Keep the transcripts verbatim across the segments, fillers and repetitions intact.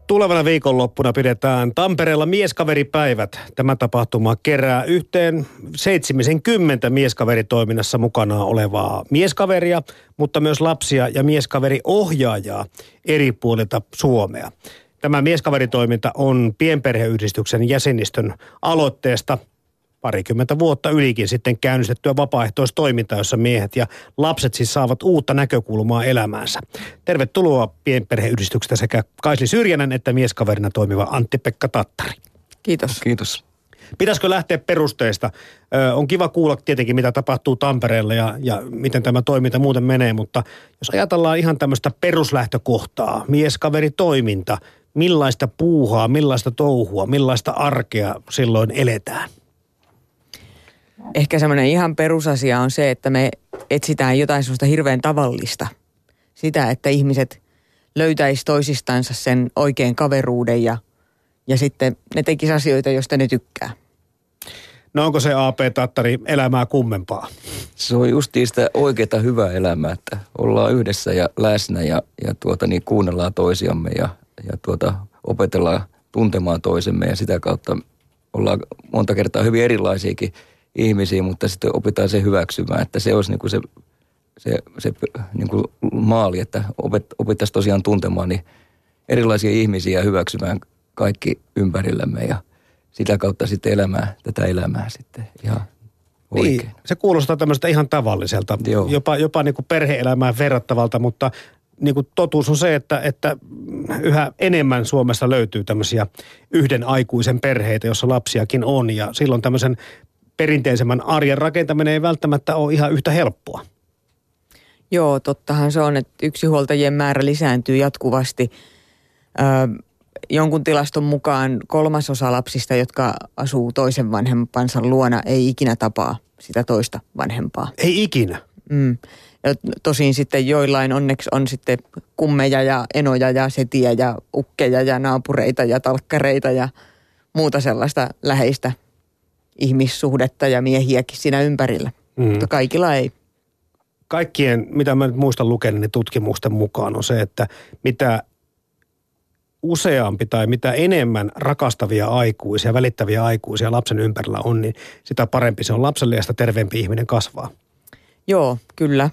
Tulevana viikonloppuna pidetään Tampereella mieskaveripäivät. Tämä tapahtuma kerää yhteen seitsemänkymmentä mieskaveritoiminnassa mukana olevaa mieskaveria, mutta myös lapsia ja mieskaveriohjaajaa eri puolilta Suomea. Tämä mieskaveritoiminta on pienperheyhdistyksen jäsenistön aloitteesta parikymmentä vuotta ylikin sitten käynnistettyä vapaaehtoistoimintaa, jossa miehet ja lapset siis saavat uutta näkökulmaa elämäänsä. Tervetuloa pienperheyhdistyksestä sekä Kaisli Syrjänen että mieskaverina toimiva Antti-Pekka Tattari. Kiitos. Kiitos. Pitäisikö lähteä perusteista? Ö, on kiva kuulla tietenkin, mitä tapahtuu Tampereella ja, ja miten tämä toiminta muuten menee, mutta jos ajatellaan ihan tämmöistä peruslähtökohtaa, mieskaveritoiminta, millaista puuhaa, millaista touhua, millaista arkea silloin eletään? Ehkä semmoinen ihan perusasia on se, että me etsitään jotain semmoista hirveän tavallista. Sitä, että ihmiset löytäisi toisistansa sen oikein kaveruuden ja, ja sitten ne tekisi asioita, joista ne tykkää. No onko se A P Tattari elämää kummempaa? Se on justiin sitä oikeaa hyvää elämää, että ollaan yhdessä ja läsnä ja, ja tuota, niin kuunnellaan toisiamme ja, ja tuota, opetellaan tuntemaan toisemme ja sitä kautta ollaan monta kertaa hyvin erilaisiakin ihmisiä, mutta sitten opitaan se hyväksymään, että se olisi niin kuin se, se, se niin kuin maali, että opet, opittaisiin tosiaan tuntemaan niin erilaisia ihmisiä ja hyväksymään kaikki ympärillämme ja sitä kautta sitten elämää, tätä elämää sitten ihan oikein. Niin, se kuulostaa tämmöistä ihan tavalliselta, Joo. jopa, jopa niin kuin perhe-elämään verrattavalta, mutta niin kuin totuus on se, että, että yhä enemmän Suomessa löytyy tämmöisiä yhden aikuisen perheitä, jossa lapsiakin on ja silloin tämmöisen perinteisemmän arjen rakentaminen ei välttämättä ole ihan yhtä helppoa. Joo, tottahan se on, että yksinhuoltajien määrä lisääntyy jatkuvasti. Ö, jonkun tilaston mukaan kolmasosa lapsista, jotka asuu toisen vanhempansa luona, ei ikinä tapaa sitä toista vanhempaa. Ei ikinä? Mm. Ja tosin sitten joillain onneksi on sitten kummeja ja enoja ja setiä ja ukkeja ja naapureita ja talkkareita ja muuta sellaista läheistä ihmissuhdetta ja miehiäkin siinä ympärillä, mm. mutta kaikilla ei. Kaikkien, mitä mä nyt muistan lukeneeni tutkimusten mukaan, on se, että mitä useampi tai mitä enemmän rakastavia aikuisia, välittäviä aikuisia lapsen ympärillä on, niin sitä parempi se on lapselle ja sitä terveempi ihminen kasvaa. Joo, kyllä.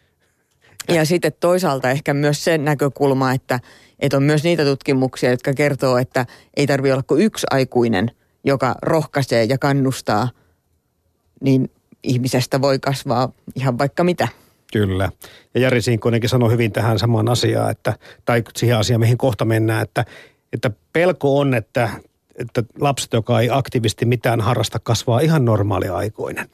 Ja sitten toisaalta ehkä myös se näkökulma, että, että on myös niitä tutkimuksia, jotka kertoo, että ei tarvitse olla kuin yksi aikuinen, joka rohkaisee ja kannustaa, niin ihmisestä voi kasvaa ihan vaikka mitä. Kyllä. Ja Jari Sinkonenkin sanoi hyvin tähän samaan asiaan, että, tai siihen asiaan, mihin kohta mennään, että, että pelko on, että, että lapset, joka ei aktiivisesti mitään harrasta, kasvaa ihan normaali aikuinen.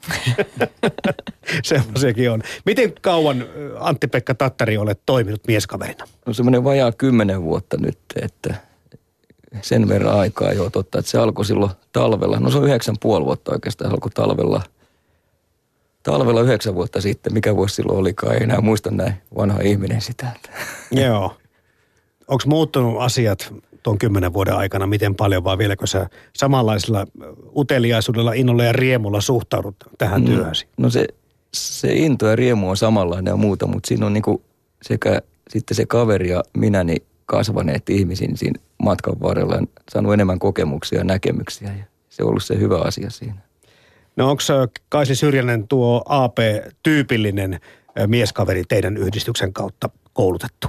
Semmoisiakin on. Miten kauan, Antti-Pekka Tattari, olet toiminut mieskaverina? No semmoinen vajaa kymmenen vuotta nyt, että sen verran aikaa jo totta, että se alkoi silloin talvella. No se on yhdeksän puoli vuotta oikeastaan, se alkoi talvella. Talvella yhdeksän vuotta sitten, mikä vuosi silloin olikaan, ei enää muista näin vanha ihminen sitä. Joo. Onko muuttunut asiat tuon kymmenen vuoden aikana miten paljon, vai vieläkö sä samanlaisella uteliaisuudella, innolla ja riemulla suhtaudut tähän työhösi? No se, se into ja riemu on samanlainen ja muuta, mutta siinä on niinku sekä sitten se kaveri ja minä niin kasvaneet ihmisiin siinä matkan varrella ja saanut enemmän kokemuksia ja näkemyksiä ja se on ollut se hyvä asia siinä. No onko Kaisli Syrjänen tuo A P-tyypillinen mieskaveri teidän yhdistyksen kautta koulutettu?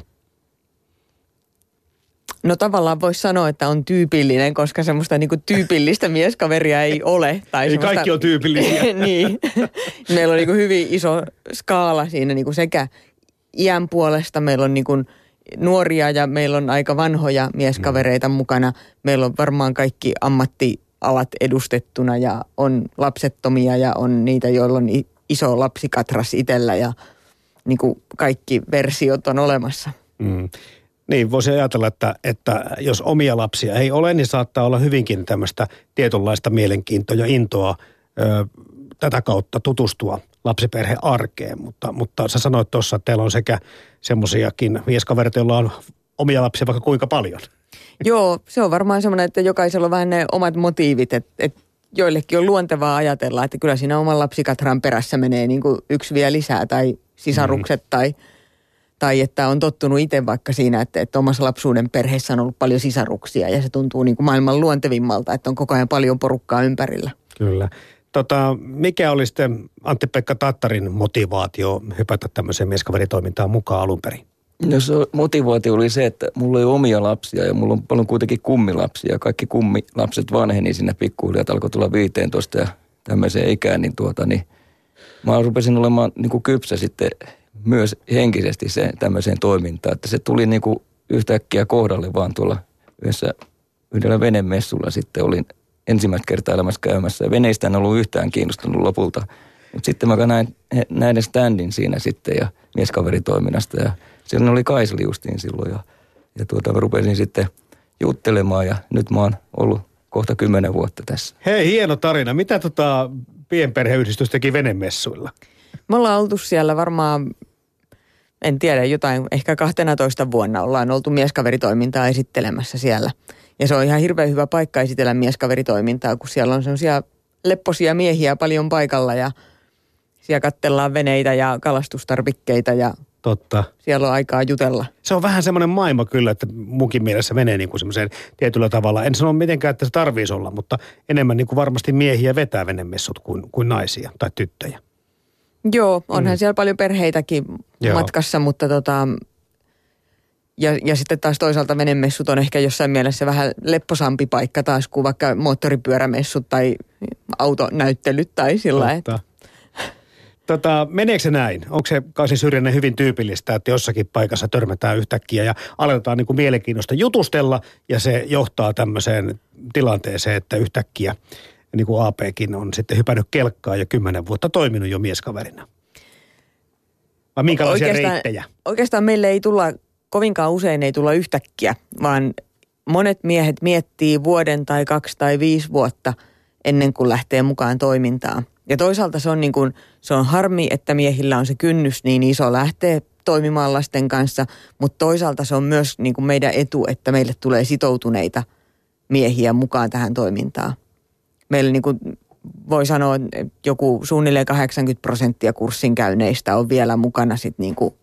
No tavallaan voisi sanoa, että on tyypillinen, koska semmoista niinku tyypillistä mieskaveria ei ole. Tai ei kaikki on tyypillisiä. Niin. Meillä on niinku hyvin iso skaala siinä niinku sekä iän puolesta. Meillä on niinku nuoria ja meillä on aika vanhoja mieskavereita mm. mukana. Meillä on varmaan kaikki ammattialat edustettuna ja on lapsettomia ja on niitä, joilla on iso lapsikatras itsellä ja niinku kaikki versiot on olemassa. Mm. Niin, voisi ajatella, että, että jos omia lapsia ei ole, niin saattaa olla hyvinkin tämmöistä tietynlaista mielenkiintoa ja intoa ö, tätä kautta tutustua lapsiperhearkeen. Mutta, mutta sä sanoit tuossa, että teillä on sekä semmoisiakin mieskavereita, joilla on omia lapsia vaikka kuinka paljon. Joo, se on varmaan semmoinen, että jokaisella on vähän ne omat motiivit, että, että joillekin on luontevaa ajatella, että kyllä siinä oman lapsikatran perässä menee niin kuin yksi vielä lisää tai sisarukset mm. tai... Tai että on tottunut itse vaikka siinä, että, että omassa lapsuuden perheessä on ollut paljon sisaruksia ja se tuntuu niin kuin maailman luontevimmalta, että on koko ajan paljon porukkaa ympärillä. Kyllä. Tota, mikä oli sitten Antti-Pekka Tattarin motivaatio hypätä tämmöiseen mieskaveritoimintaan mukaan alun perin? No se motivaatio oli se, että mulla ei ole omia lapsia ja mulla on paljon kuitenkin kummilapsia. Kaikki kummilapset vanheni siinä pikkuhiljaa, että alkoi tulla viisitoista ja tämmöiseen ikään, niin tuota niin mä rupesin olemaan niin kuin kypsä sitten myös henkisesti se tämmöiseen toimintaan, että se tuli niin kuin yhtäkkiä kohdalle vaan tuolla yhdessä yhdellä venemessulla sitten olin ensimmäistä kertaa elämässä käymässä. Ja veneistä en ollut yhtään kiinnostunut lopulta. Mutta sitten mä näin näiden standin siinä sitten ja mieskaveritoiminnasta. Ja silloin oli Kaisli justiin silloin. Ja, ja tuota mä rupesin sitten juttelemaan ja nyt mä oon ollut kohta kymmenen vuotta tässä. Hei, hieno tarina. Mitä tota pienperheyhdistys teki venemessuilla? Me ollaan oltu siellä varmaan, en tiedä, jotain, ehkä kahteentoista vuonna ollaan oltu mieskaveritoimintaa esittelemässä siellä. Ja se on ihan hirveän hyvä paikka esitellä mieskaveritoimintaa, kun siellä on semmoisia lepposia miehiä paljon paikalla ja siellä katsellaan veneitä ja kalastustarvikkeita ja Totta. Siellä on aikaa jutella. Se on vähän semmoinen maailma kyllä, että munkin mielessä menee niin kuin semmoiseen tietyllä tavalla. En sano mitenkään, että se tarvitsisi olla, mutta enemmän niin kuin varmasti miehiä vetää venemessut kuin, kuin naisia tai tyttöjä. Joo, onhan mm. siellä paljon perheitäkin Joo. matkassa, mutta tota... Ja, ja sitten taas toisaalta venemessut on ehkä jossain mielessä vähän lepposampi paikka taas kuin vaikka moottoripyörämessut tai autonäyttelyt tai sillä että... Tota, meneekö se näin? Onko se Kaisi Syrjänen hyvin tyypillistä, että jossakin paikassa törmätään yhtäkkiä ja aletaan niin kuin mielenkiinnosta jutustella ja se johtaa tämmöiseen tilanteeseen, että yhtäkkiä niin kuin A P:kin on sitten hypännyt kelkkaa ja kymmenen vuotta toiminut jo mieskaverina? Vai minkälaisia oikeastaan, reittejä? Oikeastaan meille ei tulla, kovinkaan usein ei tulla yhtäkkiä, vaan monet miehet miettii vuoden tai kaksi tai viisi vuotta ennen kuin lähtee mukaan toimintaan. Ja toisaalta se on, niin kuin, se on harmi, että miehillä on se kynnys niin iso lähteä toimimaan lasten kanssa, mutta toisaalta se on myös niin kuin meidän etu, että meille tulee sitoutuneita miehiä mukaan tähän toimintaan. Meillä niin kuin voi sanoa, että joku suunnilleen kahdeksankymmentä prosenttia kurssin käyneistä on vielä mukana sit niin kuin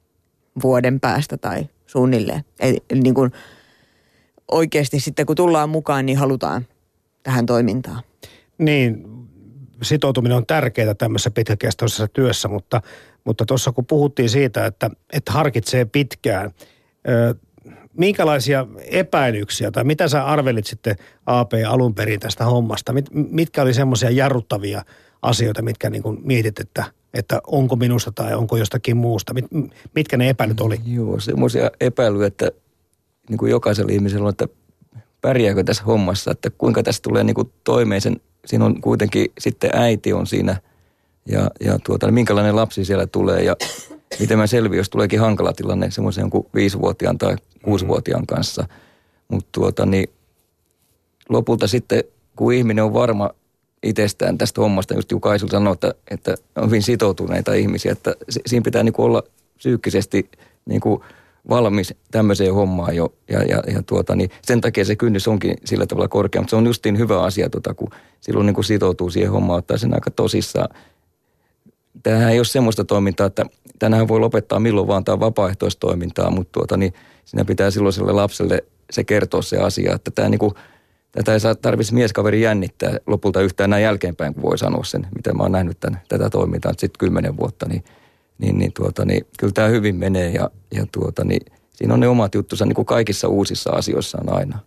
vuoden päästä tai suunnilleen. Eli niin kuin oikeasti sitten kun tullaan mukaan, niin halutaan tähän toimintaan. Niin, sitoutuminen on tärkeää tämmöisessä pitkäkestoisessa työssä, mutta mutta tuossa kun puhuttiin siitä, että, että harkitsee pitkään, ö, minkälaisia epäilyksiä tai mitä sä arvelit sitten A P alun perin tästä hommasta? Mit, mitkä oli semmoisia jarruttavia asioita, mitkä niin kuin mietit, että, että onko minusta tai onko jostakin muusta? Mit, mitkä ne epäilyt oli? Joo, semmoisia epäilyjä, että niin kuin jokaisella ihmisellä on, että pärjääkö tässä hommassa, että kuinka tässä tulee niin kuin toimeen sen. Siinä on kuitenkin sitten äiti on siinä ja, ja tuota, minkälainen lapsi siellä tulee ja miten mä selviän, jos tuleekin hankala tilanne semmoisen jonkun viisivuotiaan tai kuusivuotiaan kanssa. Mutta tuota, niin lopulta sitten, kun ihminen on varma itsestään tästä hommasta, just Kaisul sanoi, että, että on hyvin sitoutuneita ihmisiä, että siinä pitää niinku olla psyykkisesti niinku valmis tämmöiseen hommaan jo. Ja, ja, ja tuota, niin sen takia se kynnys onkin sillä tavalla korkea, mutta se on justiin hyvä asia, tota, kun silloin niinku sitoutuu siihen hommaan, ottaa sen aika tosissaan. Tämähän ei ole semmoista toimintaa, että tänään voi lopettaa milloin vaan, tämä on vapaaehtoistoimintaa, mutta tuota, niin siinä pitää silloin sille lapselle se kertoa se asia, että tämä niinku, tätä ei tarvitsisi mieskaveri jännittää lopulta yhtään näin jälkeenpäin, kun voi sanoa sen, mitä mä oon nähnyt tämän, tätä toimintaa sitten kymmenen vuotta, niin, niin, niin, tuota, niin kyllä tämä hyvin menee ja, ja tuota, niin siinä on ne omat juttunsa niin kuin kaikissa uusissa asioissa on aina.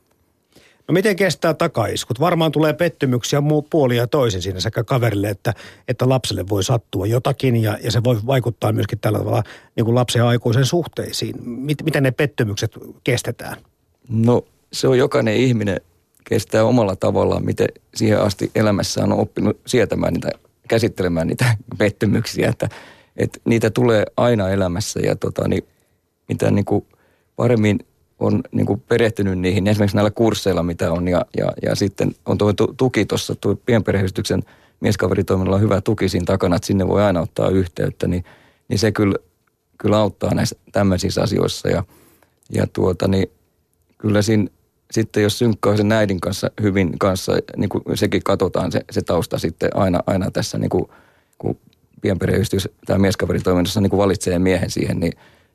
No miten kestää takaiskut? Varmaan tulee pettymyksiä muu puoli ja toisin siinä sekä kaverille että, että lapselle voi sattua jotakin ja, ja se voi vaikuttaa myöskin tällä tavalla niin kuin lapsen ja aikuisen suhteisiin. Mit, miten ne pettymykset kestetään? No se on jokainen ihminen kestää omalla tavallaan, miten siihen asti elämässään on oppinut sietämään niitä, käsittelemään niitä pettymyksiä, että, että niitä tulee aina elämässä ja tota, niin, mitä niin kuin paremmin on niin kuin perehtynyt niihin, esimerkiksi näillä kursseilla, mitä on, ja, ja, ja sitten on tuo tuki tuossa, tuo pienperheyhdistyksen mieskaveritoiminnalla on hyvä tuki siinä takana, että sinne voi aina ottaa yhteyttä, niin, niin se kyllä, kyllä auttaa näissä tämmöisissä asioissa, ja, ja tuota, niin kyllä siinä sitten, jos synkkaa sen äidin kanssa hyvin kanssa, niin kuin sekin katsotaan se, se tausta sitten aina, aina tässä, niin kuin, kun pienperheyhdistys tai mieskaveritoiminnassa niin kuin valitsee miehen siihen, niin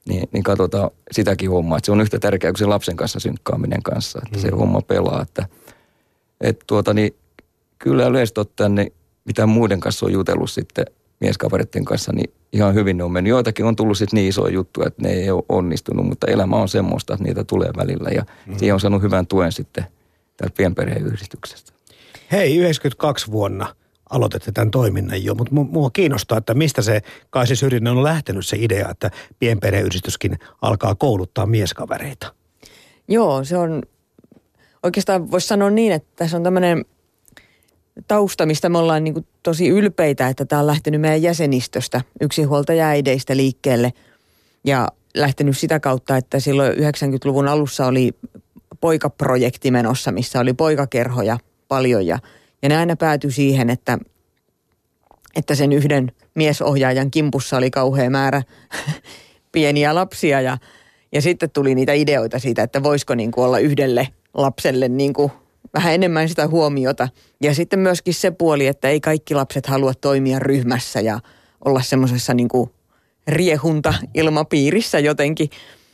niin, niin katsotaan sitäkin hommaa. Että se on yhtä tärkeää kuin se lapsen kanssa synkkaaminen kanssa, että mm. se homma pelaa. Että, et tuota, niin, kyllä yleisesti ottaen, niin mitä muiden kanssa on jutellut sitten mieskaveritten kanssa, niin ihan hyvin ne on mennyt. Joitakin on tullut sitten niin isoja juttuja, että ne ei ole onnistunut, mutta elämä on semmoista, että niitä tulee välillä. Ja mm. siihen on saanut hyvän tuen sitten täältä pienperheyhdistyksestä. Hei, yhdeksänkymmentäkaksi vuonna aloitette tämän toiminnan jo, mutta mua kiinnostaa, että mistä se Kaisi Syrjinen on lähtenyt se idea, että pienperheyhdistyskin alkaa kouluttaa mieskavereita. Joo, se on, oikeastaan voisi sanoa niin, että tässä on tämmöinen tausta, mistä me ollaan niin kuin tosi ylpeitä, että tämä on lähtenyt meidän jäsenistöstä, yksinhuoltajaäideistä liikkeelle ja lähtenyt sitä kautta, että silloin yhdeksänkymmentäluvun alussa oli poikaprojekti menossa, missä oli poikakerhoja paljon ja, ja ne aina päätyi siihen, että, että sen yhden miesohjaajan kimpussa oli kauhea määrä pieniä lapsia ja, ja sitten tuli niitä ideoita siitä, että voisiko niin kuin olla yhdelle lapselle niin kuin vähän enemmän sitä huomiota. Ja sitten myöskin se puoli, että ei kaikki lapset halua toimia ryhmässä ja olla semmoisessa niin kuin riehunta-ilmapiirissä jotenkin.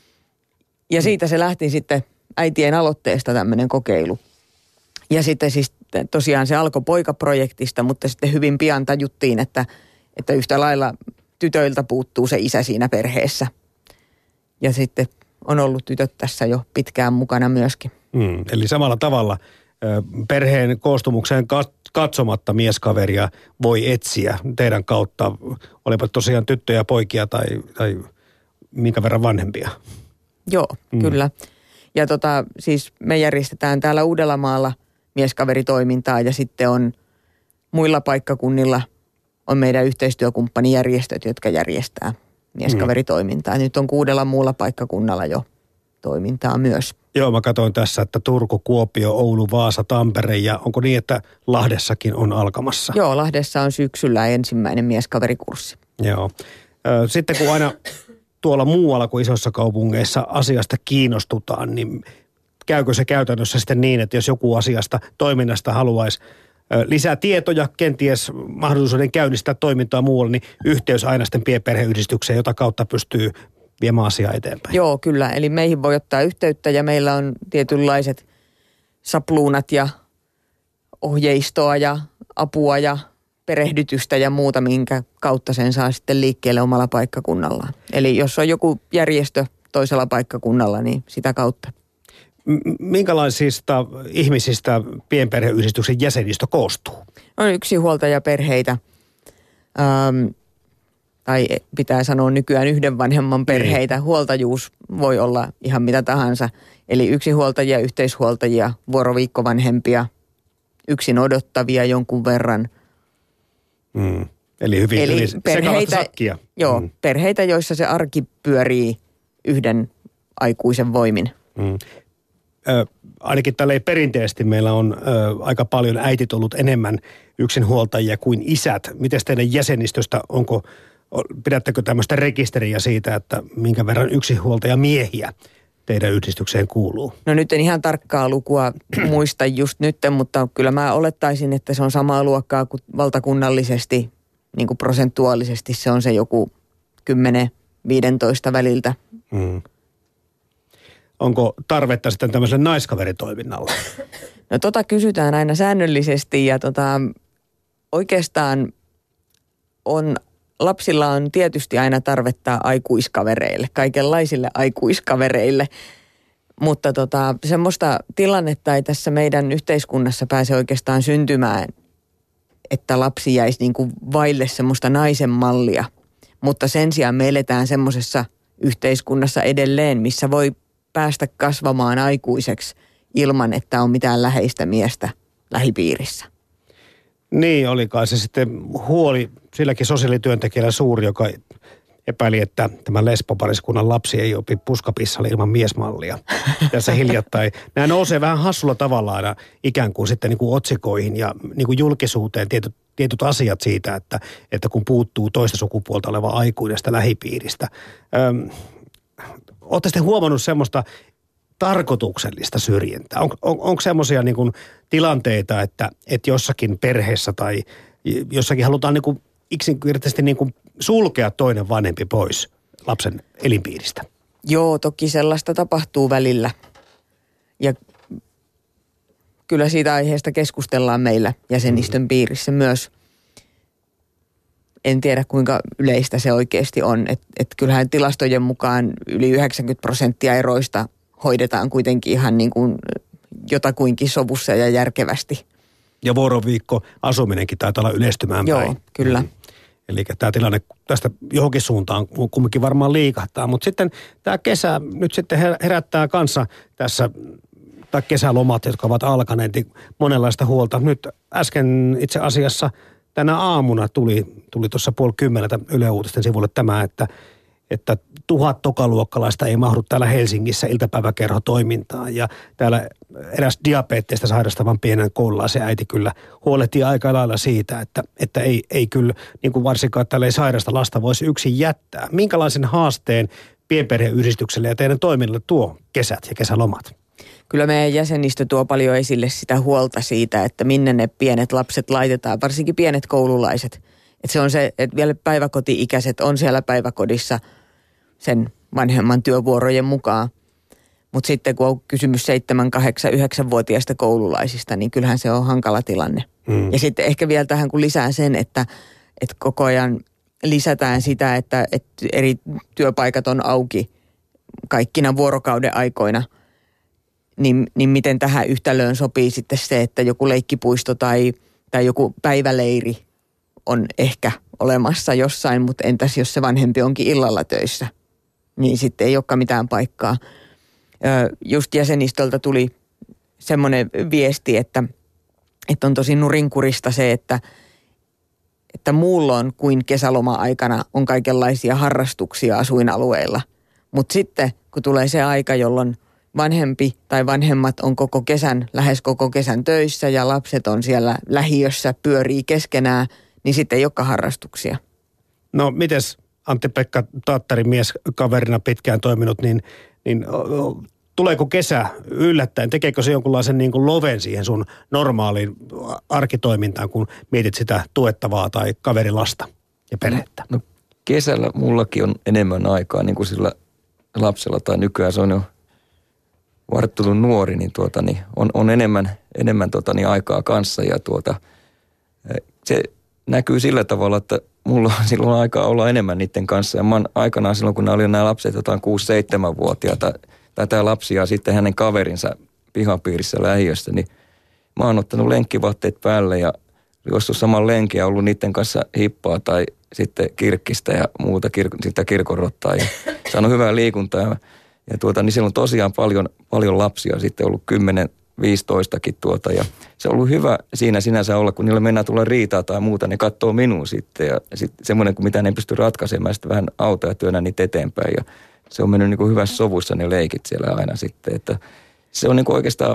Ja siitä se lähti sitten äitien aloitteesta tämmöinen kokeilu. Ja sitten siis tosiaan se alkoi poikaprojektista, mutta sitten hyvin pian tajuttiin, että, että yhtä lailla tytöiltä puuttuu se isä siinä perheessä. Ja sitten on ollut tytöt tässä jo pitkään mukana myöskin. Mm, eli samalla tavalla perheen koostumukseen katsomatta mieskaveria voi etsiä teidän kautta, olipa tosiaan tyttöjä, poikia tai, tai minkä verran vanhempia. Joo, mm. kyllä. Ja tota, siis me järjestetään täällä Uudellamaalla mieskaveritoimintaa ja sitten on muilla paikkakunnilla on meidän yhteistyökumppanijärjestöt, jotka järjestää mieskaveritoimintaa. Mm. Nyt on kuudella muulla paikkakunnalla jo toimintaa myös. Joo, mä katsoin tässä, että Turku, Kuopio, Oulu, Vaasa, Tampere ja onko niin, että Lahdessakin on alkamassa? Joo, Lahdessa on syksyllä ensimmäinen mieskaverikurssi. Joo. Sitten kun aina tuolla muualla kuin isoissa kaupungeissa asiasta kiinnostutaan, niin käykö se käytännössä sitten niin, että jos joku asiasta, toiminnasta haluaisi lisää tietoja, kenties mahdollisuuden käynnistää toimintaa muualla, niin yhteys aina sitten pienperheyhdistykseen, jota kautta pystyy viemään asiaa eteenpäin. Joo, kyllä. Eli meihin voi ottaa yhteyttä ja meillä on tietynlaiset sapluunat ja ohjeistoa ja apua ja perehdytystä ja muuta, minkä kautta sen saa sitten liikkeelle omalla paikkakunnallaan. Eli jos on joku järjestö toisella paikkakunnalla, niin sitä kautta. Minkälaisista ihmisistä pienperheyhdistyksen jäsenistö koostuu? On yksinhuoltajaperheitä, ähm, tai pitää sanoa nykyään yhden vanhemman perheitä. Niin. Huoltajuus voi olla ihan mitä tahansa. Eli yksinhuoltajia, yhteishuoltajia, vuoroviikkovanhempia, yksin odottavia jonkun verran. Mm. Eli hyvin, Eli hyvin perheitä, sakkia. Joo, mm. perheitä, joissa se arki pyörii yhden aikuisen voimin. Mm. Ö, ainakin tälleen perinteisesti meillä on ö, aika paljon äitit ollut enemmän yksinhuoltajia kuin isät. Miten teidän jäsenistöstä, onko, pidättekö tämmöistä rekisteriä siitä, että minkä verran yksinhuoltaja miehiä teidän yhdistykseen kuuluu? No nyt en ihan tarkkaa lukua muista just nyt, mutta kyllä mä olettaisin, että se on samaa luokkaa kuin valtakunnallisesti, niin kuin prosentuaalisesti se on se joku kymmenen viisitoista väliltä. Mm. Onko tarvetta sitten tämmöiselle naiskaveritoiminnalle? No tota kysytään aina säännöllisesti ja tota, oikeastaan on, lapsilla on tietysti aina tarvetta aikuiskavereille, kaikenlaisille aikuiskavereille. Mutta tota, semmoista tilannetta ei tässä meidän yhteiskunnassa pääse oikeastaan syntymään, että lapsi jäisi niin kuin vaille semmoista naisen mallia. Mutta sen sijaan me eletään semmoisessa yhteiskunnassa edelleen, missä voi päästä kasvamaan aikuiseksi ilman, että on mitään läheistä miestä lähipiirissä. Niin, oli kai se sitten huoli silläkin sosiaalityöntekijällä suuri, joka epäili, että tämä lesbopariskunnan lapsi ei opi puskapissalle ilman miesmallia. Tässä hiljattain. Nämä nousee vähän hassulla tavalla aina ikään kuin sitten niin kuin otsikoihin ja niin kuin julkisuuteen tietyt, tietyt asiat siitä, että, että kun puuttuu toista sukupuolta oleva aikuinen sitä lähipiiristä. Öm, Olette sitten huomannut semmoista tarkoituksellista syrjintää? On, on, onko semmoisia niin kuin tilanteita, että, että jossakin perheessä tai jossakin halutaan niin kuin yksinkertaisesti niin kuin sulkea toinen vanhempi pois lapsen elinpiiristä? Joo, toki sellaista tapahtuu välillä. Ja kyllä siitä aiheesta keskustellaan meillä jäsenistön piirissä myös. En tiedä, kuinka yleistä se oikeasti on. Että et kyllähän tilastojen mukaan yli yhdeksänkymmentä prosenttia eroista hoidetaan kuitenkin ihan niin kuin jotakuinkin sovussa ja järkevästi. Ja vuoroviikko asuminenkin taitaa olla yleistymään päin. Joo, kyllä. Mm. Eli tämä tilanne tästä johonkin suuntaan kumminkin varmaan liikahtaa. Mutta sitten tämä kesä nyt sitten herättää kanssa tässä, tai kesälomat, jotka ovat alkaneet, monenlaista huolta. Nyt äsken itse asiassa tänä aamuna tuli, tuli tuossa puoli kymmeneltä Yle Uutisten sivulle tämä, että, että tuhat tokaluokkalaista ei mahdu täällä Helsingissä iltapäiväkerhotoimintaan. Ja täällä eräs diabeettista sairastavan pienen koululaisen äiti kyllä huolehtii aika lailla siitä, että, että ei, ei kyllä, niin kuin varsinkaan täällä ei sairasta lasta voisi yksin jättää. Minkälaisen haasteen pienperheyhdistykselle ja teidän toiminnalle tuo kesät ja kesälomat? Kyllä meidän jäsenistö tuo paljon esille sitä huolta siitä, että minne ne pienet lapset laitetaan, varsinkin pienet koululaiset. Että se on se, että vielä päiväkoti-ikäiset on siellä päiväkodissa sen vanhemman työvuorojen mukaan. Mutta sitten kun on kysymys seitsemän, kahdeksan, yhdeksänvuotiaista koululaisista, niin kyllähän se on hankala tilanne. Mm. Ja sitten ehkä vielä tähän kun lisää sen, että, että koko ajan lisätään sitä, että, että eri työpaikat on auki kaikkina vuorokauden aikoina, niin, niin miten tähän yhtälöön sopii sitten se, että joku leikkipuisto tai, tai joku päiväleiri on ehkä olemassa jossain, mutta entäs jos se vanhempi onkin illalla töissä, niin sitten ei olekaan mitään paikkaa. Just jäsenistöltä tuli semmoinen viesti, että, että on tosi nurinkurista se, että, että muulloin kuin kesäloma-aikana on kaikenlaisia harrastuksia asuinalueilla. Mutta sitten kun tulee se aika, jolloin vanhempi tai vanhemmat on koko kesän, lähes koko kesän töissä ja lapset on siellä lähiössä, pyörii keskenään, niin sitten ei olekaan harrastuksia. No mites Antti-Pekka Taattari, mies kaverina pitkään toiminut, niin, niin tuleeko kesä yllättäen? Tekeekö se jonkunlaisen niin kuin loven siihen sun normaaliin arkitoimintaan, kun mietit sitä tuettavaa tai kaverilasta ja perhettä? No, no kesällä mullakin on enemmän aikaa niin kuin sillä lapsella tai nykyään se on jo varttunut nuori, niin, tuota, niin on, on enemmän, enemmän tuota, niin aikaa kanssa ja tuota, se näkyy sillä tavalla, että mulla on silloin aikaa olla enemmän niiden kanssa. Ja mä oon aikanaan silloin, kun oli nämä lapset jotain kuusi-seitsemän-vuotiaita, tai tämä lapsi ja sitten hänen kaverinsa pihapiirissä lähiössä, niin mä oon ottanut lenkkivaatteet päälle ja juossut saman lenkin ja ollut niiden kanssa hippaa tai sitten kirkkistä ja muuta, kir- sitä kirkonrottaa ja saanut hyvää liikuntaa. Ja, ja tuota, niin siellä on tosiaan paljon, paljon lapsia, sitten ollut kymmenen, viisitoistakin tuota ja se on ollut hyvä siinä sinänsä olla, kun niillä mennään tulla riitaa tai muuta, ne katsoo minua sitten ja sitten semmoinen, kun mitä ne ei pysty ratkaisemaan, sitten vähän autoa ja työnnä niitä eteenpäin ja se on mennyt niin kuin hyvässä sovussa ne leikit siellä aina sitten, että se on niin kuin oikeastaan,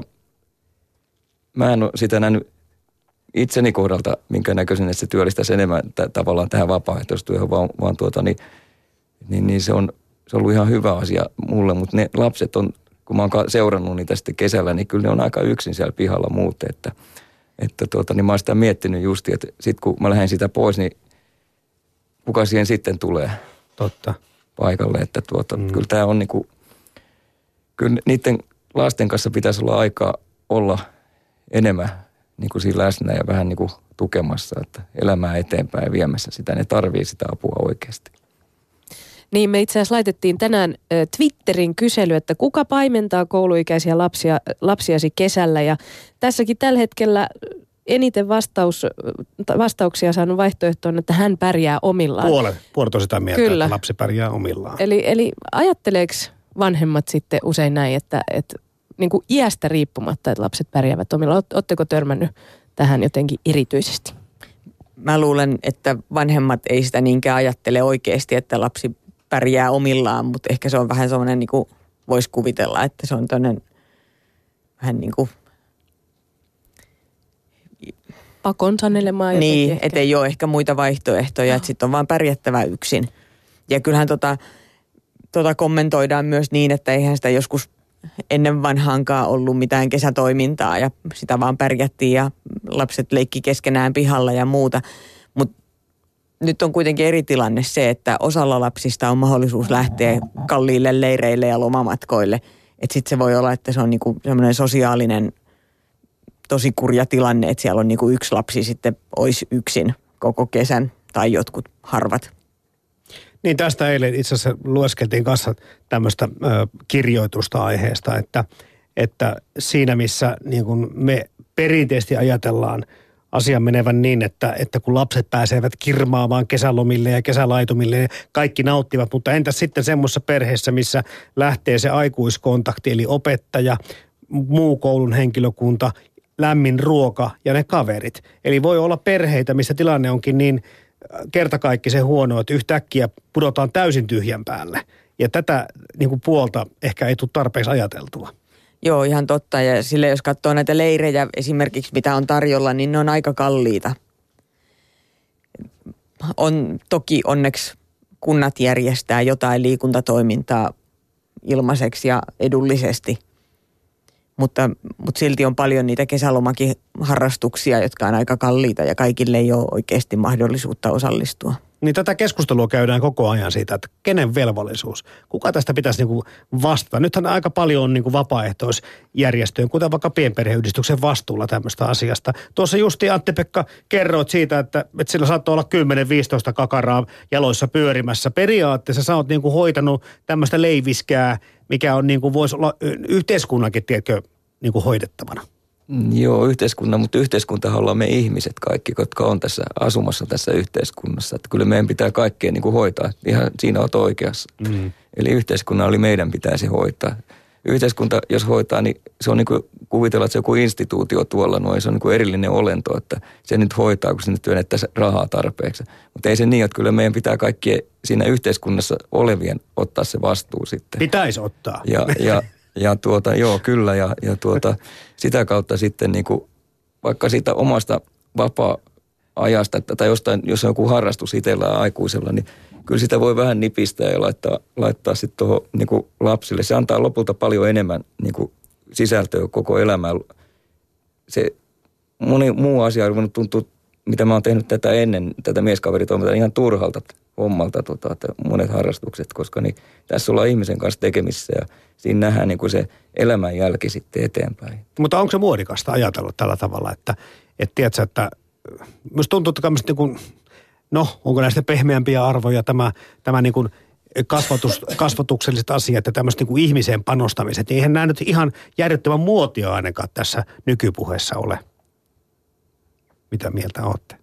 mä en ole sitä nähnyt itseni kohdalta, minkä näköisin, että se työllistäisi enemmän t- tavallaan tähän vapaaehtoistyöhön, vaan, vaan tuota, niin, niin, niin se, on, se on ollut ihan hyvä asia mulle, mutta ne lapset on, kun mä oon seurannut niitä sitten kesällä, niin kyllä ne on aika yksin siellä pihalla muuten, että, että tuota, niin mä oon sitä miettinyt justi, että sit kun mä lähden sitä pois, niin kuka siihen sitten tulee Totta. paikalle, että tuota, mm. kyllä tämä on niinku, kyllä niiden lasten kanssa pitäisi olla aikaa olla enemmän niin kuin siinä läsnä ja vähän niin kuin tukemassa, että elämää eteenpäin ja viemässä sitä. Ne tarvii sitä apua oikeasti. Niin, me itse asiassa laitettiin tänään äh, Twitterin kysely, että kuka paimentaa kouluikäisiä lapsia, lapsiasi kesällä. Ja tässäkin tällä hetkellä eniten vastaus, vastauksia saanut vaihtoehto on, että hän pärjää omillaan. Puolet, puolet on sitä mieltä, Kyllä. että lapsi pärjää omillaan. Eli, eli ajatteleeko vanhemmat sitten usein näin, että, että niin kuin iästä riippumatta, että lapset pärjäävät omillaan? Oletteko törmännyt tähän jotenkin erityisesti? Mä luulen, että vanhemmat ei sitä niinkään ajattele oikeasti, että lapsi pärjää omillaan, mutta ehkä se on vähän semmoinen, niin kuin voisi kuvitella, että se on toinen vähän niin kuin pakon sanelemaan jotenkin. Niin, että ei ole ehkä muita vaihtoehtoja, että sitten on vaan pärjättävä yksin. Ja kyllähän tota, tota kommentoidaan myös niin, että eihän sitä joskus ennen vanhaankaan ollut mitään kesätoimintaa ja sitä vaan pärjättiin ja lapset leikki keskenään pihalla ja muuta. Mutta nyt on kuitenkin eri tilanne se, että osalla lapsista on mahdollisuus lähteä kalliille leireille ja lomamatkoille. Että sitten se voi olla, että se on niinku semmoinen sosiaalinen tosi kurja tilanne, että siellä on niinku yksi lapsi sitten olisi yksin koko kesän tai jotkut harvat. Niin tästä eilen itse asiassa lueskeltiin kanssa tämmöistä ö, kirjoitusta aiheesta, että, että siinä missä niin kun me perinteisesti ajatellaan asian menevän niin, että, että kun lapset pääsevät kirmaamaan kesälomille ja kesälaitumille, niin kaikki nauttivat, mutta entäs sitten semmoisessa perheessä, missä lähtee se aikuiskontakti, eli opettaja, muu koulun henkilökunta, lämmin ruoka ja ne kaverit. Eli voi olla perheitä, missä tilanne onkin niin kertakaikkisen huono, että yhtäkkiä pudotaan täysin tyhjän päälle. Ja tätä niin kuin puolta ehkä ei tule tarpeeksi ajateltua. Joo, ihan totta. Ja sille jos katsoo näitä leirejä esimerkiksi, mitä on tarjolla, niin ne on aika kalliita. On toki onneksi kunnat järjestää jotain liikuntatoimintaa ilmaiseksi ja edullisesti. Mutta, mutta silti on paljon niitä kesälomakin harrastuksia, jotka on aika kalliita ja kaikille ei ole oikeasti mahdollisuutta osallistua. Niin tätä keskustelua käydään koko ajan siitä, että kenen velvollisuus, kuka tästä pitäisi niinku vastata. Nythän aika paljon on niinku vapaaehtoisjärjestöjen, kuten vaikka pienperheyhdistyksen vastuulla tämmöistä asiasta. Tuossa justi Antti-Pekka kerroit siitä, että, että sillä saattoi olla kymmenen viisitoista kakaraa jaloissa pyörimässä. Periaatteessa sä oot niinku hoitanut tämmöistä leiviskää, mikä on niinku voisi olla yhteiskunnankin, tiedätkö, niinku hoidettavana. Joo, yhteiskunnan, mutta yhteiskuntahan ollaan me ihmiset kaikki, jotka on tässä asumassa tässä yhteiskunnassa. Että kyllä meidän pitää kaikkea niin kuin hoitaa. Ihan siinä olet oikeassa. Mm. Eli yhteiskunnan oli meidän pitäisi hoitaa. Yhteiskunta, jos hoitaa, niin se on niin kuin kuvitella, että se on joku instituutio tuolla noin. Se on niin kuin erillinen olento, että se nyt hoitaa, kun se nyt työnnettäisiin rahaa tarpeeksi. Mutta ei se niin, että kyllä meidän pitää kaikkien siinä yhteiskunnassa olevien ottaa se vastuu sitten. Pitäisi ottaa. Ja, ja Ja tuota, joo, kyllä, ja, ja tuota, sitä kautta sitten niin kuin, vaikka siitä omasta vapaa-ajasta, tai jostain, jos on joku harrastus itsellään aikuisella, niin kyllä sitä voi vähän nipistää ja laittaa, laittaa sitten tuohon niin kuin lapsille. Se antaa lopulta paljon enemmän niin kuin sisältöä koko elämään. Se moni muu asia on tuntuu, mitä mä oon tehnyt tätä ennen, tätä mieskaveritoimintaa, ihan turhalta hommalta tota, että monet harrastukset, koska niin, tässä ollaan ihmisen kanssa tekemissä ja siinä nähdään niin kuin se elämän jälki sitten eteenpäin. Mutta onko se muodikasta ajatella tällä tavalla, että et tiedätkö, että minusta tuntuu, että tämmöistä niin kuin, no onko näistä pehmeämpiä arvoja tämä, tämä niin kuin kasvatus, kasvatukselliset asiat ja tämmöiset niin kuin ihmiseen panostamiset, niin eihän nämä nyt ihan järjettömän muotia ainakaan tässä nykypuheessa ole. Mitä mieltä olette?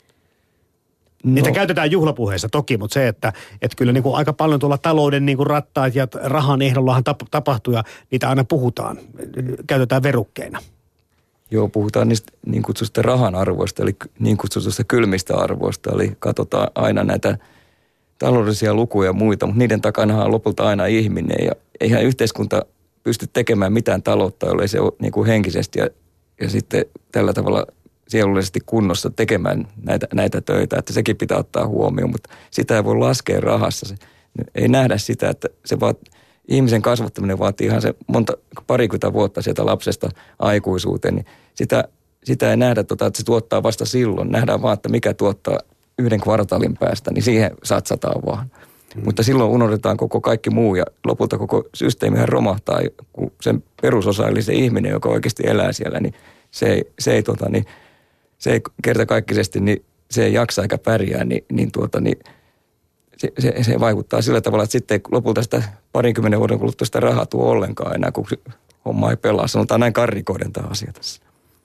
No. Niitä käytetään juhlapuheissa toki, mutta se, että, että kyllä niin kuin aika paljon tuolla talouden niin kuin rattaat ja rahan ehdollahan tap, tapahtuu ja niitä aina puhutaan, käytetään verukkeina. Joo, puhutaan niistä niin kutsutusta rahan arvoista, eli niin kutsutusta kylmistä arvoista, eli katsotaan aina näitä taloudellisia lukuja ja muita, mutta niiden takana on lopulta aina ihminen ja eihän yhteiskunta pysty tekemään mitään taloutta, jollei se ole niin kuin henkisesti ja, ja sitten tällä tavalla sielullisesti kunnossa tekemään näitä, näitä töitä, että sekin pitää ottaa huomioon, mutta sitä ei voi laskea rahassa. Se, ei nähdä sitä, että se vaat, ihmisen kasvattaminen vaatii ihan se monta, parikymmentä vuotta sieltä lapsesta aikuisuuteen, niin sitä, sitä ei nähdä, tota, että se tuottaa vasta silloin. Nähdään vaan, että mikä tuottaa yhden kvartaalin päästä, niin siihen satsataan vaan. Hmm. Mutta silloin unohdetaan koko kaikki muu ja lopulta koko systeemihän romahtaa, kun sen perusosa eli se ihminen, joka oikeasti elää siellä, niin se ei, se ei tota, niin se ei kertakaikkisesti, niin se ei jaksa eikä pärjää, niin, niin, tuota, niin se, se, se vaikuttaa sillä tavalla, että sitten lopulta sitä parinkymmenen vuoden kuluttua sitä rahaa tuo ollenkaan enää, kun homma ei pelaa. Sanotaan näin karrikoiden tämä asia tässä.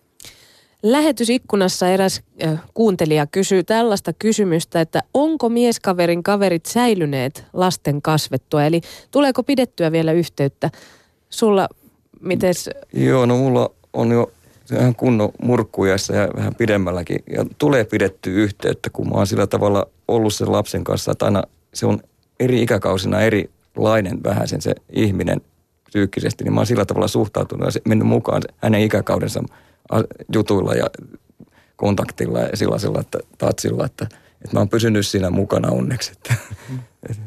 Lähetysikkunassa eräs äh, kuuntelija kysyy tällaista kysymystä, että onko mieskaverin kaverit säilyneet lasten kasvettua? Eli tuleeko pidettyä vielä yhteyttä? Sulla, mites? Joo, no mulla on jo ihan kunnon murkkuajassa ja vähän pidemmälläkin. Ja tulee pidettyä yhteyttä, kun mä oon sillä tavalla ollut sen lapsen kanssa, että aina se on eri ikäkausina erilainen vähän sen se ihminen psyykkisesti, niin mä oon sillä tavalla suhtautunut ja mennyt mukaan hänen ikäkaudensa jutuilla ja kontaktilla ja sellaisella, että tatsilla, että, että mä oon pysynyt siinä mukana onneksi. Mm.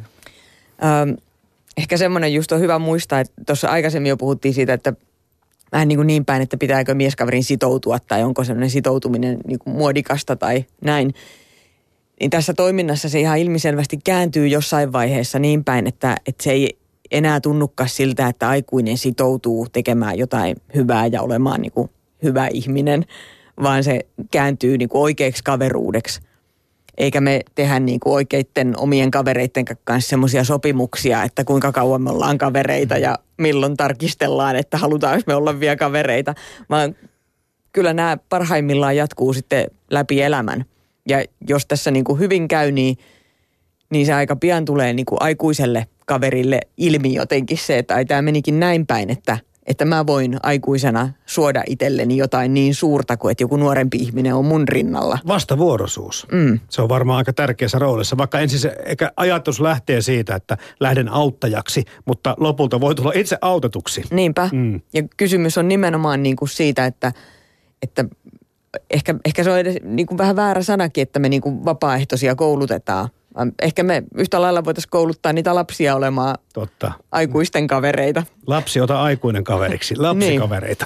ähm, ehkä semmoinen just on hyvä muistaa, että tuossa aikaisemmin jo puhuttiin siitä, että vähän niin kuin niin päin, että pitääkö mieskaverin sitoutua tai onko semmoinen sitoutuminen niin kuin muodikasta tai näin. niin tässä toiminnassa se ihan ilmiselvästi kääntyy jossain vaiheessa niin päin, että, että se ei enää tunnukaan siltä, että aikuinen sitoutuu tekemään jotain hyvää ja olemaan niin kuin hyvä ihminen, vaan se kääntyy niin kuin oikeaksi kaveruudeksi. Eikä me tehdä niin kuin oikeitten omien kavereitten kanssa semmoisia sopimuksia, että kuinka kauan me ollaan kavereita ja milloin tarkistellaan, että halutaanko me olla vielä kavereita, vaan kyllä nämä parhaimmillaan jatkuu sitten läpi elämän. Ja jos tässä niin kuin hyvin käy, niin, niin se aika pian tulee niin kuin aikuiselle kaverille ilmi jotenkin se, että ai tämä menikin näin päin, että, että mä voin aikuisena suoda itselleni jotain niin suurta kuin, että joku nuorempi ihminen on mun rinnalla. Vastavuoroisuus. Mm. Se on varmaan aika tärkeässä roolissa, vaikka ensin se eikä ajatus lähtee siitä, että lähden auttajaksi, mutta lopulta voi tulla itse autetuksi. Niinpä. Mm. Ja kysymys on nimenomaan niin kuin siitä, että, että ehkä, ehkä se on edes niin kuin vähän väärä sanakin, että me niin kuin vapaaehtoisia koulutetaan. Ehkä me yhtä lailla voitaisiin kouluttaa niitä lapsia olemaan Totta. aikuisten kavereita. Lapsi ota aikuinen kaveriksi, lapsikavereita.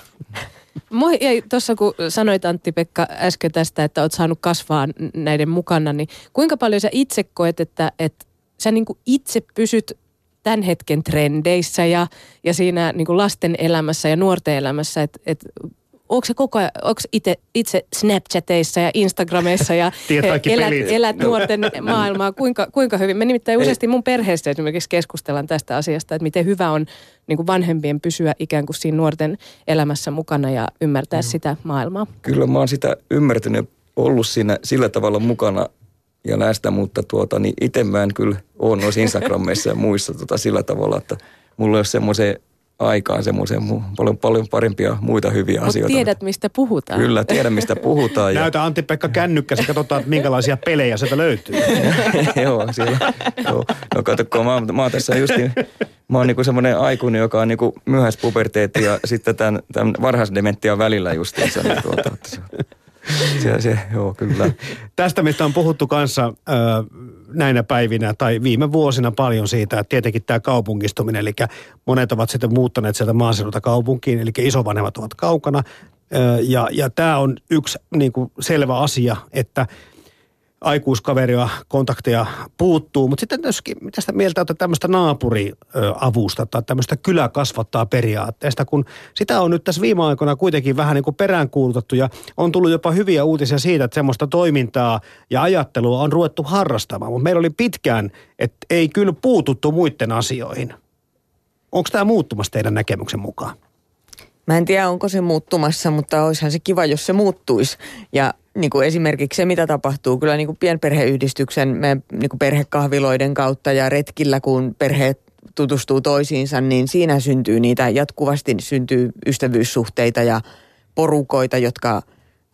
Moi, ja tuossa kun sanoit Antti-Pekka äsken tästä, että olet saanut kasvaa näiden mukana, niin kuinka paljon sä itse koet, että, että sä niin kuin itse pysyt tämän hetken trendeissä ja, ja siinä niin kuin lasten elämässä ja nuorten elämässä, että, että onko se koko ajan, onko itse, itse Snapchateissa ja Instagrameissa ja elät, elät nuorten maailmaa, kuinka, kuinka hyvin? Me nimittäin useasti mun perheessä esimerkiksi keskustellaan tästä asiasta, että miten hyvä on niin kuin vanhempien pysyä ikään kuin siinä nuorten elämässä mukana ja ymmärtää mm. sitä maailmaa. Kyllä mä oon sitä ymmärtänyt, ollut siinä sillä tavalla mukana ja läsnä, mutta tuota, niin itse mä en kyllä ole noissa Instagrameissa ja muissa tota, sillä tavalla, että mulla ei ole semmoiseen aikaan semmoiseen paljon, paljon parempia muita hyviä Mut asioita. Tiedät, mistä puhutaan. Kyllä, tiedän, mistä puhutaan. Näytä Antti-Pekka kännykkäsi, katsotaan, minkälaisia pelejä sieltä löytyy. Joo, siellä. Joo. No katsokko, mä, mä oon tässä justiin, mä oon niinku semmoinen aikuinen, joka on niinku myöhäispuberteetti ja sitten tämän, tämän varhaisdementtian välillä justiinsa. Niin tuota, se, se, se, joo, kyllä. Tästä, mistä on puhuttu kanssa äh, näinä päivinä tai viime vuosina paljon siitä, että tietenkin tämä kaupungistuminen, eli monet ovat sitten muuttaneet sieltä maaseudulta kaupunkiin, eli isovanhemmat ovat kaukana. Äh, ja, ja tämä on yksi niin kuin selvä asia, että aikuiskaveria, kontakteja puuttuu, mutta sitten myöskin, mitä sitä mieltä, että tämmöistä naapuriavusta tai tämmöistä kylä kasvattaa periaatteesta, kun sitä on nyt tässä viime aikoina kuitenkin vähän niin kuin peräänkuulutettu ja on tullut jopa hyviä uutisia siitä, että semmoista toimintaa ja ajattelua on ruvettu harrastamaan, mutta meillä oli pitkään, että ei kyllä puututtu muiden asioihin. Onko tämä muuttumassa teidän näkemyksen mukaan? Mä en tiedä, onko se muuttumassa, mutta olisihan se kiva, jos se muuttuisi. Ja niin kuin esimerkiksi se, mitä tapahtuu kyllä niin kuin pienperheyhdistyksen, meidän niin kuin perhekahviloiden kautta ja retkillä, kun perheet tutustuu toisiinsa, niin siinä syntyy niitä, jatkuvasti syntyy ystävyyssuhteita ja porukoita, jotka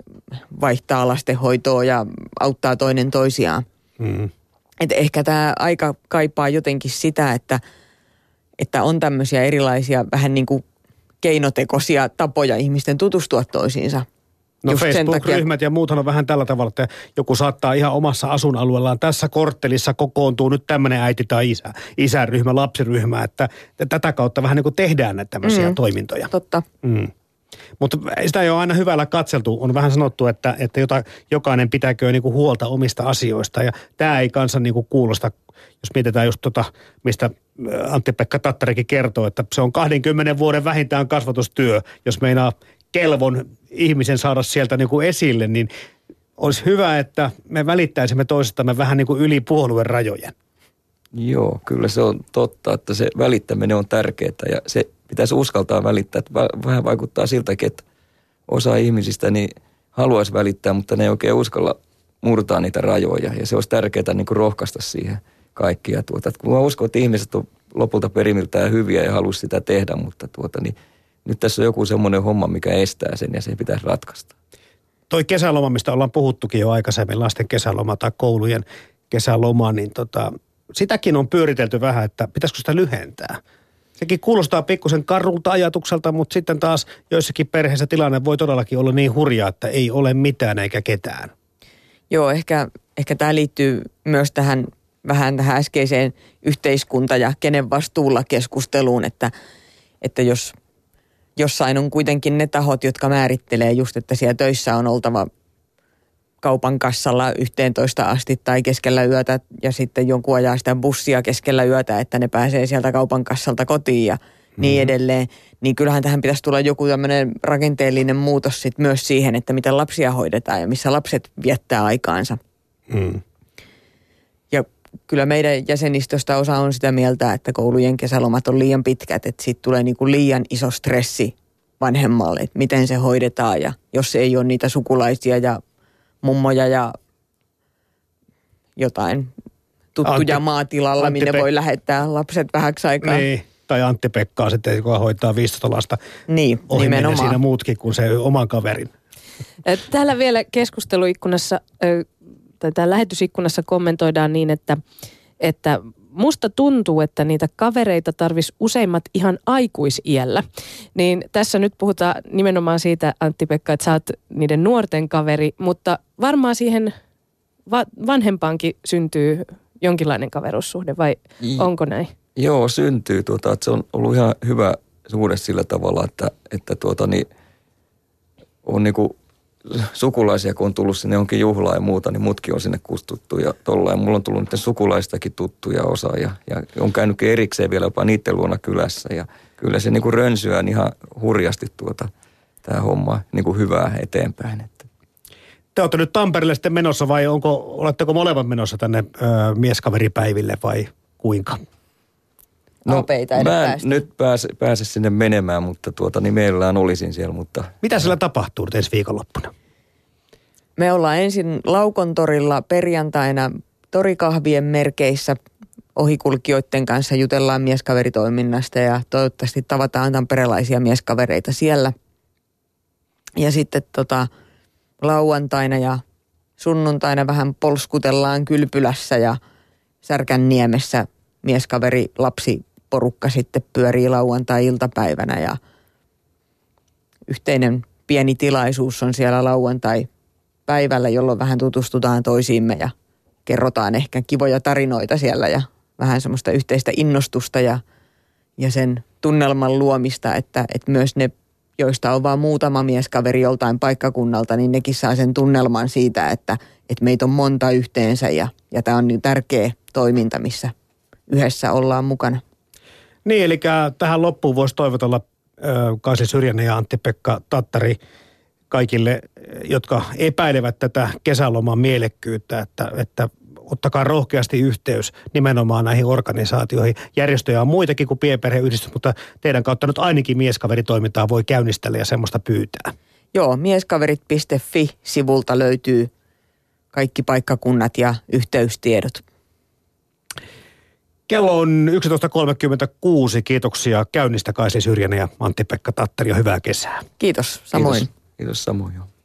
vaihtaa lastenhoitoa ja auttaa toinen toisiaan. Mm. Et ehkä tämä aika kaipaa jotenkin sitä, että, että on tämmöisiä erilaisia vähän niin kuin keinotekoisia tapoja ihmisten tutustua toisiinsa. No just Facebook-ryhmät ja muuthan on vähän tällä tavalla, että joku saattaa ihan omassa asuinalueellaan tässä korttelissa kokoontuu nyt tämmöinen äiti tai isä, isäryhmä, lapsiryhmä, että tätä kautta vähän niin kuin tehdään näitä tämmöisiä mm, toimintoja. Totta. Mm. Mutta sitä ei ole aina hyvällä katseltu. On vähän sanottu, että, että jota, jokainen pitääkö niin kuin huolta omista asioista ja tämä ei kanssa niin kuin kuulosta, jos mietitään just tota, mistä Antti-Pekka Tattarikin kertoo, että se on kahdenkymmenen vuoden vähintään kasvatustyö, jos meinaa kelvon ihmisen saada sieltä niin kuin esille, niin olisi hyvä, että me välittäisimme toisistamme vähän niin kuin yli puolueen rajojen. Joo, kyllä se on totta, että se välittäminen on tärkeää ja se pitäisi uskaltaa välittää. Että vähän vaikuttaa siltäkin, että osa ihmisistä niin haluaisi välittää, mutta ne ei oikein uskalla murtaa niitä rajoja ja se olisi tärkeää niin kuin rohkaista siihen kaikkia. Tuota, että kun mä uskon, että ihmiset on lopulta perimiltään hyviä ja haluaisi sitä tehdä, mutta tuota niin nyt tässä on joku semmoinen homma, mikä estää sen ja se pitäisi ratkaista. Toi kesäloma, mistä ollaan puhuttukin jo aikaisemmin, lasten kesäloma tai koulujen kesäloma, niin tota, sitäkin on pyöritelty vähän, että pitäisikö sitä lyhentää. Sekin kuulostaa pikkusen karulta ajatukselta, mutta sitten taas joissakin perheissä tilanne voi todellakin olla niin hurja, että ei ole mitään eikä ketään. Joo, ehkä, ehkä tämä liittyy myös tähän vähän tähän äskeiseen yhteiskunta- ja kenen vastuulla keskusteluun, että, että jos jossain on kuitenkin ne tahot, jotka määrittelee just, että siellä töissä on oltava kaupan kassalla yhteentoista asti tai keskellä yötä ja sitten jonkun ajaa sitä bussia keskellä yötä, että ne pääsee sieltä kaupan kassalta kotiin ja niin mm-hmm. edelleen. Niin kyllähän tähän pitäisi tulla joku tämmöinen rakenteellinen muutos sit myös siihen, että miten lapsia hoidetaan ja missä lapset viettää aikaansa. Mm. Ja kyllä meidän jäsenistöstä osa on sitä mieltä, että koulujen kesälomat on liian pitkät, että siitä tulee niinku liian iso stressi vanhemmalle, että miten se hoidetaan ja jos ei ole niitä sukulaisia ja mummoja ja jotain tuttuja Antti, maatilalla, Antti minne Pek- voi lähettää lapset vähäksi aikaa. Niin, tai Antti Pekkaa sitten, joka hoitaa viisitoista lasta. Niin, ohi mennä siinä muutkin kuin se oman kaverin. Täällä vielä keskusteluikkunassa, tai täällä lähetysikkunassa kommentoidaan niin, että, että musta tuntuu, että niitä kavereita tarvisi useimmat ihan aikuisiällä. Niin tässä nyt puhutaan nimenomaan siitä, Antti-Pekka, että sä oot niiden nuorten kaveri, mutta varmaan siihen va- vanhempaankin syntyy jonkinlainen kaveruussuhde, vai onko näin? Joo, syntyy. Tuota, että se on ollut ihan hyvä suhde sillä tavalla, että, että tuota, niin, on niinku sukulaisia, kun on tullut sinne jonkin juhlaan ja muuta, niin muutkin on sinne kustuttu ja tolla. Ja mulla on tullut niiden sukulaistakin tuttuja osa ja, ja on käynytkin erikseen vielä jopa niiden luona kylässä. Ja kyllä se niinku rönsyää ihan hurjasti tuota, tämä homma niinku hyvää eteenpäin. Että. Te olette nyt Tampereelle sitten menossa vai onko, oletteko molemmat menossa tänne ö, mieskaveripäiville vai kuinka? No, mä en nyt pääse, pääse sinne menemään, mutta tuota, niin mielellään olisin siellä. Mutta. Mitä siellä tapahtuu nyt ensi viikonloppuna? Me ollaan ensin Laukontorilla perjantaina torikahvien merkeissä ohikulkijoiden kanssa, jutellaan mieskaveritoiminnasta ja toivottavasti tavataan tamperelaisia mieskavereita siellä. Ja sitten tota, lauantaina ja sunnuntaina vähän polskutellaan Kylpylässä ja Särkänniemessä mieskaveri lapsi porukka sitten pyörii lauantai-iltapäivänä ja yhteinen pieni tilaisuus on siellä lauantai-päivällä, jolloin vähän tutustutaan toisiimme ja kerrotaan ehkä kivoja tarinoita siellä ja vähän semmoista yhteistä innostusta ja, ja sen tunnelman luomista, että, että myös ne, joista on vaan muutama mieskaveri joltain paikkakunnalta, niin nekin saa sen tunnelman siitä, että, että meitä on monta yhteensä ja, ja tämä on niin tärkeä toiminta, missä yhdessä ollaan mukana. Niin, eli tähän loppuun voisi toivotella äh, Kaisi Syrjänen ja Antti-Pekka Tattari kaikille, jotka epäilevät tätä kesäloman mielekkyyttä, että, että ottakaa rohkeasti yhteys nimenomaan näihin organisaatioihin. Järjestöjä on muitakin kuin pienperheyhdistys, mutta teidän kautta nyt ainakin mieskaveritoimintaa voi käynnistellä ja semmoista pyytää. Joo, mieskaverit piste fi-sivulta löytyy kaikki paikkakunnat ja yhteystiedot. Kello on yksitoista kolmekymmentäkuusi. Kiitoksia käynnistä Kaisi Syrjänen ja Antti-Pekka Tattari ja hyvää kesää. Kiitos, samoin. Kiitos, Kiitos samoin.